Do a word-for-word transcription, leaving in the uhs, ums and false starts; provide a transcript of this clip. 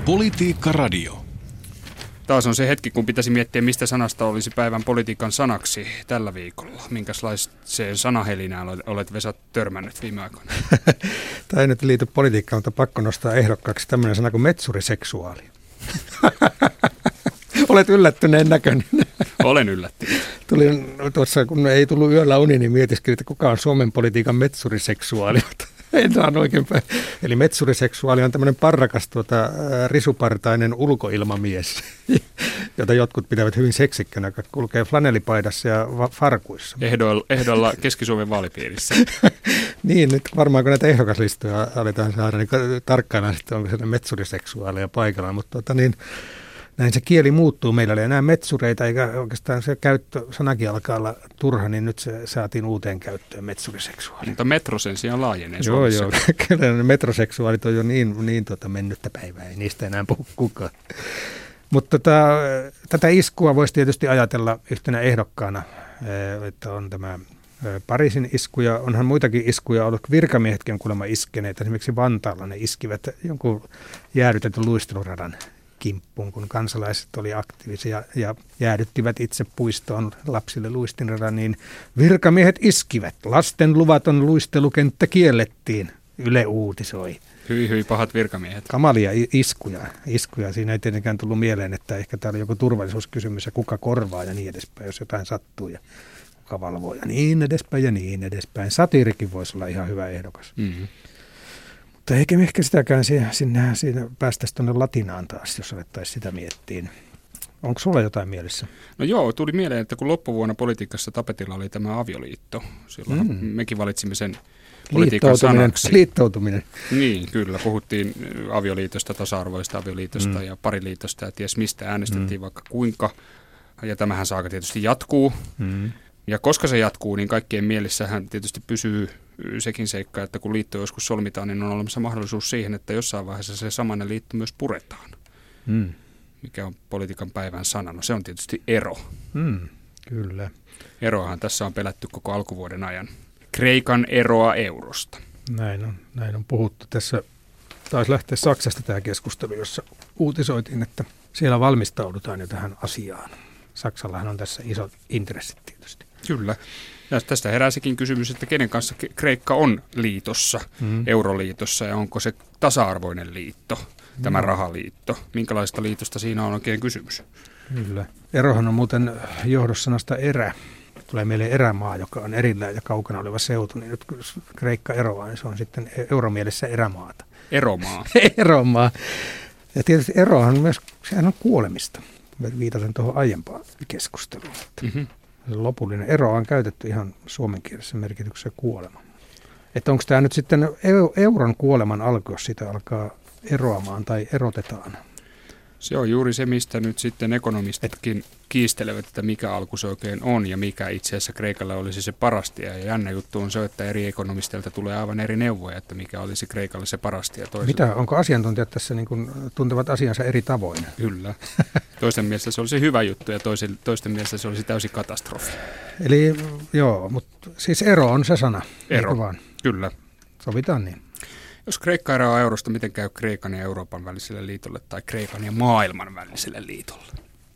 Politiikka Radio. Taas on se hetki, kun pitäisi miettiä, mistä sanasta olisi päivän politiikan sanaksi tällä viikolla. Minkälaiseen sanahelinään olet, Vesa, törmännyt viime aikoina? Tämä ei nyt liity politiikkaan, mutta pakko nostaa ehdokkaaksi tämmöinen sana kuin metsuriseksuaali. Olet yllättyneen näköinen. Olen yllättynyt. Tulin tuossa, kun ei tullut yöllä uni, niin mietiskelin, että kuka on Suomen politiikan metsuriseksuaali. En saa oikein päin. Eli metsuriseksuaali on tämmöinen parrakas tuota, risupartainen ulkoilmamies, jota jotkut pitävät hyvin seksikkänä, joka kulkee flanelipaidassa ja va- farkuissa. Ehdolla, ehdolla Keski-Suomen vaalipiirissä. Niin, nyt varmaan kun näitä ehdokaslistoja aletaan saada, niin tarkkaillaan sitten, onko se metsuriseksuaalia paikalla, mutta tuota, niin, näin se kieli muuttuu. Meillä oli enää metsureita, eikä oikeastaan se käyttö, sanakin alkaa olla turha, niin nyt se saatiin uuteen käyttöön metsuriseksuaali. Mutta metro sen sijaan laajenee Joo, Suomessa. joo. Kyllä metroseksuaalit on jo niin, niin tuota mennyttä päivää, ei niistä enää puhu kukaan. Mutta tota, tätä iskua voisi tietysti ajatella yhtenä ehdokkaana, että on tämä Pariisin isku, ja onhan muitakin iskuja ollut, virkamiehetkin on kuulemma iskeneet. Esimerkiksi Vantaalla ne iskivät jonkun jäädytetyn luisteluradan kimppuun, kun kansalaiset oli aktiivisia ja jäädyttivät itse puistoon lapsille luistinradan, niin virkamiehet iskivät. Lasten luvaton luistelukenttä kiellettiin, Yle uutisoi. Hyi hyi pahat virkamiehet. Kamalia iskuja, iskuja. Siinä ei tietenkään tullut mieleen, että ehkä tämä oli joku turvallisuuskysymys ja kuka korvaa ja niin edespäin, jos jotain sattuu ja kuka valvoo ja niin edespäin ja niin edespäin. Satiirikin voisi olla ihan hyvä ehdokas. Mm-hmm. Mutta eikä me ehkä sitäkään siinä, siinä, siinä päästäisiin tuonne latinaan taas, jos alettaisiin sitä miettiä. Onko sulla jotain mielessä? No joo, tuli mieleen, että kun loppuvuonna politiikassa tapetilla oli tämä avioliitto, silloin mm. mekin valitsimme sen politiikan sanaksi. Liittoutuminen. Niin, kyllä. Puhuttiin avioliitosta, tasa-arvoista avioliitosta mm. ja pariliitosta ja ties mistä äänestettiin mm. vaikka kuinka. Ja tämähän saaka tietysti jatkuu. Mm. Ja koska se jatkuu, niin kaikkien mielessähän tietysti pysyy sekin seikka, että kun liitto joskus solmitaan, niin on olemassa mahdollisuus siihen, että jossain vaiheessa se samainen liitto myös puretaan. Mm. Mikä on politiikan päivän sana? No se on tietysti ero. Mm, kyllä. Eroahan tässä on pelätty koko alkuvuoden ajan. Kreikan eroa eurosta. Näin on, näin on puhuttu. Tässä taisi lähteä Saksasta tämä keskustelu, jossa uutisoitiin, että siellä valmistaudutaan jo tähän asiaan. Saksallahan on tässä isot intressit tietysti. Kyllä. Ja tästä herää sekin kysymys, että kenen kanssa Kreikka on liitossa, mm. euroliitossa, ja onko se tasa-arvoinen liitto, tämä mm. rahaliitto. Minkälaista liitosta siinä on oikein kysymys? Kyllä. Erohan on muuten johdossanasta erä. Tulee meille erämaa, joka on erillään ja kaukana oleva seutu, niin nyt kun Kreikka eroaa, niin se on sitten euromielessä erämaata. Eromaa. Eromaa. Ja tietysti erohan on myös, sehän on kuolemista. Viitaten tuohon aiempaan keskusteluun. Mm-hmm. Lopullinen ero on käytetty ihan suomenkielisessä merkityksessä kuolema. Että onko tämä nyt sitten euron kuoleman alku, jos sitä alkaa eroamaan tai erotetaan? Se on juuri se, mistä nyt sitten ekonomistitkin kiistelevät, että mikä alku se oikein on ja mikä itse asiassa Kreikalle olisi se paras tie. Ja jännä juttu on se, että eri ekonomisteilta tulee aivan eri neuvoja, että mikä olisi Kreikalle se paras tie. Mitä? Onko asiantuntijat tässä niin kuin tuntevat asiansa eri tavoin? Kyllä. Toisten mielestä se olisi hyvä juttu ja toisen, toisten mielestä se olisi täysin katastrofi. Eli joo, mutta siis ero on se sana. Ero, vaan? Kyllä. Sovitaan niin. Jos Kreikka eroaa eurosta, miten käy Kreikan ja Euroopan väliselle liitolle tai Kreikan ja maailman väliselle liitolle?